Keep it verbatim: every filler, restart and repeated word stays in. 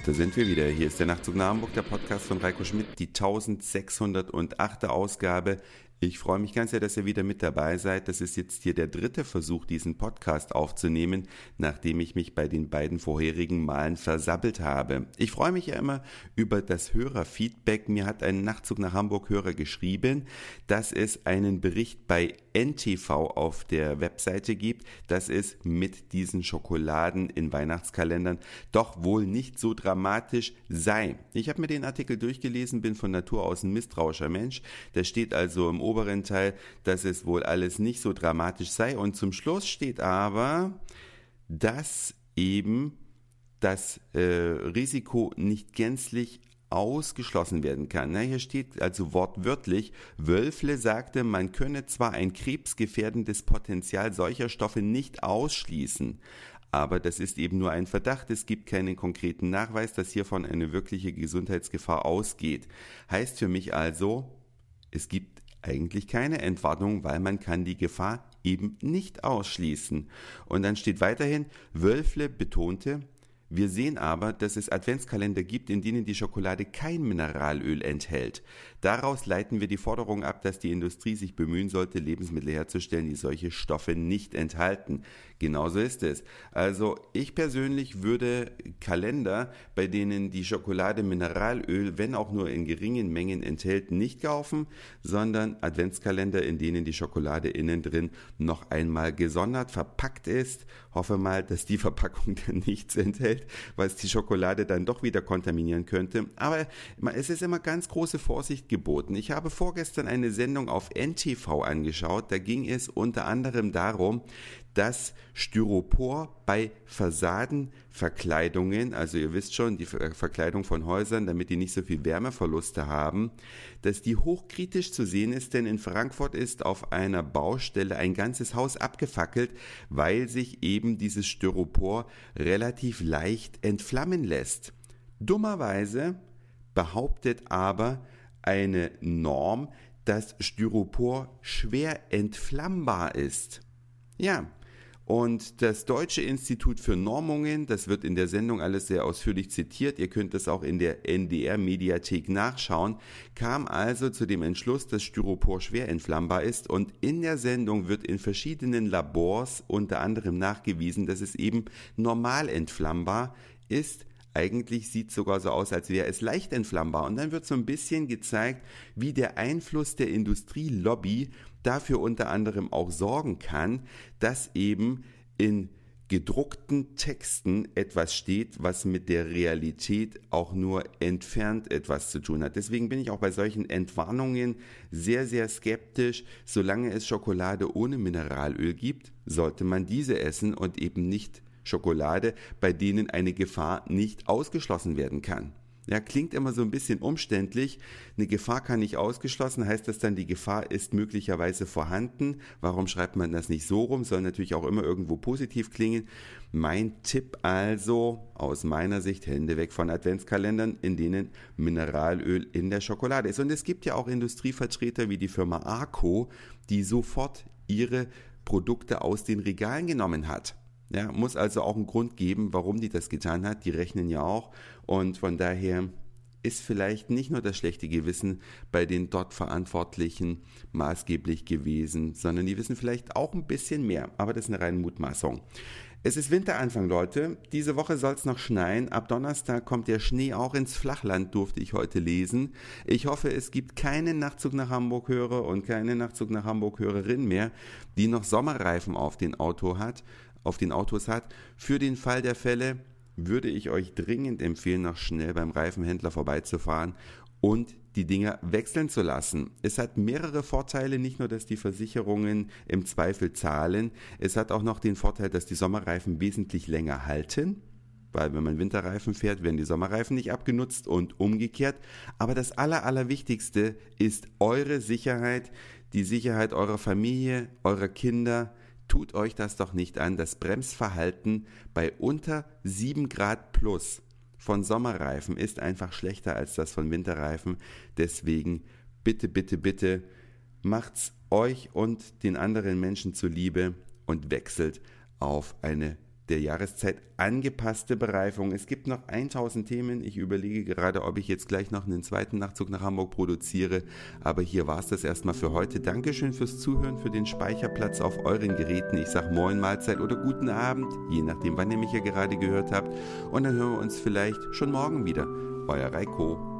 Da sind wir wieder. Hier ist der Nachtzug nach Hamburg, der Podcast von Reiko Schmidt, die eintausendsechshundertachte Ausgabe. Ich freue mich ganz sehr, dass ihr wieder mit dabei seid. Das ist jetzt hier der dritte Versuch, diesen Podcast aufzunehmen, nachdem ich mich bei den beiden vorherigen Malen versabbelt habe. Ich freue mich ja immer über das Hörerfeedback. Mir hat ein Nachtzug nach Hamburg Hörer geschrieben, dass es einen Bericht bei N T V auf der Webseite gibt, dass es mit diesen Schokoladen in Weihnachtskalendern doch wohl nicht so dramatisch sei. Ich habe mir den Artikel durchgelesen, bin von Natur aus ein misstrauischer Mensch. Da steht also im oberen Teil, dass es wohl alles nicht so dramatisch sei. Und zum Schluss steht aber, dass eben das äh, Risiko nicht gänzlich ausgeschlossen werden kann. Na, hier steht also wortwörtlich, Wölfle sagte, man könne zwar ein krebsgefährdendes Potenzial solcher Stoffe nicht ausschließen, aber das ist eben nur ein Verdacht. Es gibt keinen konkreten Nachweis, dass hiervon eine wirkliche Gesundheitsgefahr ausgeht. Heißt für mich also, es gibt eigentlich keine Entwarnung, weil man kann die Gefahr eben nicht ausschließen. Und dann steht weiterhin, Wölfle betonte, wir sehen aber, dass es Adventskalender gibt, in denen die Schokolade kein Mineralöl enthält. Daraus leiten wir die Forderung ab, dass die Industrie sich bemühen sollte, Lebensmittel herzustellen, die solche Stoffe nicht enthalten. Genauso ist es. Also ich persönlich würde Kalender, bei denen die Schokolade Mineralöl, wenn auch nur in geringen Mengen enthält, nicht kaufen, sondern Adventskalender, in denen die Schokolade innen drin noch einmal gesondert verpackt ist. Hoffe mal, dass die Verpackung dann nichts enthält, was die Schokolade dann doch wieder kontaminieren könnte. Aber es ist immer ganz große Vorsicht geboten. Ich habe vorgestern eine Sendung auf N T V angeschaut. Da ging es unter anderem darum, dass Styropor bei Fassadenverkleidungen, also ihr wisst schon, die Verkleidung von Häusern, damit die nicht so viel Wärmeverluste haben, dass die hochkritisch zu sehen ist, denn in Frankfurt ist auf einer Baustelle ein ganzes Haus abgefackelt, weil sich eben dieses Styropor relativ leicht entflammen lässt. Dummerweise behauptet aber eine Norm, dass Styropor schwer entflammbar ist. Ja, und das Deutsche Institut für Normungen, das wird in der Sendung alles sehr ausführlich zitiert, ihr könnt das auch in der N D R-Mediathek nachschauen, kam also zu dem Entschluss, dass Styropor schwer entflammbar ist, und in der Sendung wird in verschiedenen Labors unter anderem nachgewiesen, dass es eben normal entflammbar ist. Eigentlich sieht es sogar so aus, als wäre es leicht entflammbar. Und dann wird so ein bisschen gezeigt, wie der Einfluss der Industrielobby dafür unter anderem auch sorgen kann, dass eben in gedruckten Texten etwas steht, was mit der Realität auch nur entfernt etwas zu tun hat. Deswegen bin ich auch bei solchen Entwarnungen sehr, sehr skeptisch. Solange es Schokolade ohne Mineralöl gibt, sollte man diese essen und eben nicht Schokolade, bei denen eine Gefahr nicht ausgeschlossen werden kann. Ja, klingt immer so ein bisschen umständlich. Eine Gefahr kann nicht ausgeschlossen, heißt das dann, die Gefahr ist möglicherweise vorhanden? Warum schreibt man das nicht so rum? Soll natürlich auch immer irgendwo positiv klingen. Mein Tipp also, aus meiner Sicht, Hände weg von Adventskalendern, in denen Mineralöl in der Schokolade ist. Und es gibt ja auch Industrievertreter wie die Firma Arco, die sofort ihre Produkte aus den Regalen genommen hat. Ja, muss also auch einen Grund geben, warum die das getan hat. Die rechnen ja auch, und von daher ist vielleicht nicht nur das schlechte Gewissen bei den dort Verantwortlichen maßgeblich gewesen, sondern die wissen vielleicht auch ein bisschen mehr. Aber das ist eine reine Mutmaßung. Es ist Winteranfang, Leute. Diese Woche soll es noch schneien. Ab Donnerstag kommt der Schnee auch ins Flachland, durfte ich heute lesen. Ich hoffe, es gibt keinen Nachtzug nach Hamburg-Hörer und keine Nachtzug nach Hamburg-Hörerin mehr, die noch Sommerreifen auf den Auto hat, auf den Autos hat. Für den Fall der Fälle würde ich euch dringend empfehlen, noch schnell beim Reifenhändler vorbeizufahren und die Dinger wechseln zu lassen. Es hat mehrere Vorteile, nicht nur, dass die Versicherungen im Zweifel zahlen, es hat auch noch den Vorteil, dass die Sommerreifen wesentlich länger halten, weil wenn man Winterreifen fährt, werden die Sommerreifen nicht abgenutzt und umgekehrt. Aber das Aller, Allerwichtigste ist eure Sicherheit, die Sicherheit eurer Familie, eurer Kinder. Tut euch das doch nicht an. Das Bremsverhalten bei unter sieben Grad plus von Sommerreifen ist einfach schlechter als das von Winterreifen. Deswegen bitte, bitte, bitte macht's euch und den anderen Menschen zuliebe und wechselt auf eine der Jahreszeit angepasste Bereifung. Es gibt noch tausend Themen. Ich überlege gerade, ob ich jetzt gleich noch einen zweiten Nachtzug nach Hamburg produziere. Aber hier war es das erstmal für heute. Dankeschön fürs Zuhören, für den Speicherplatz auf euren Geräten. Ich sage Moin, Mahlzeit oder guten Abend, je nachdem, wann ihr mich ja gerade gehört habt. Und dann hören wir uns vielleicht schon morgen wieder. Euer Reiko.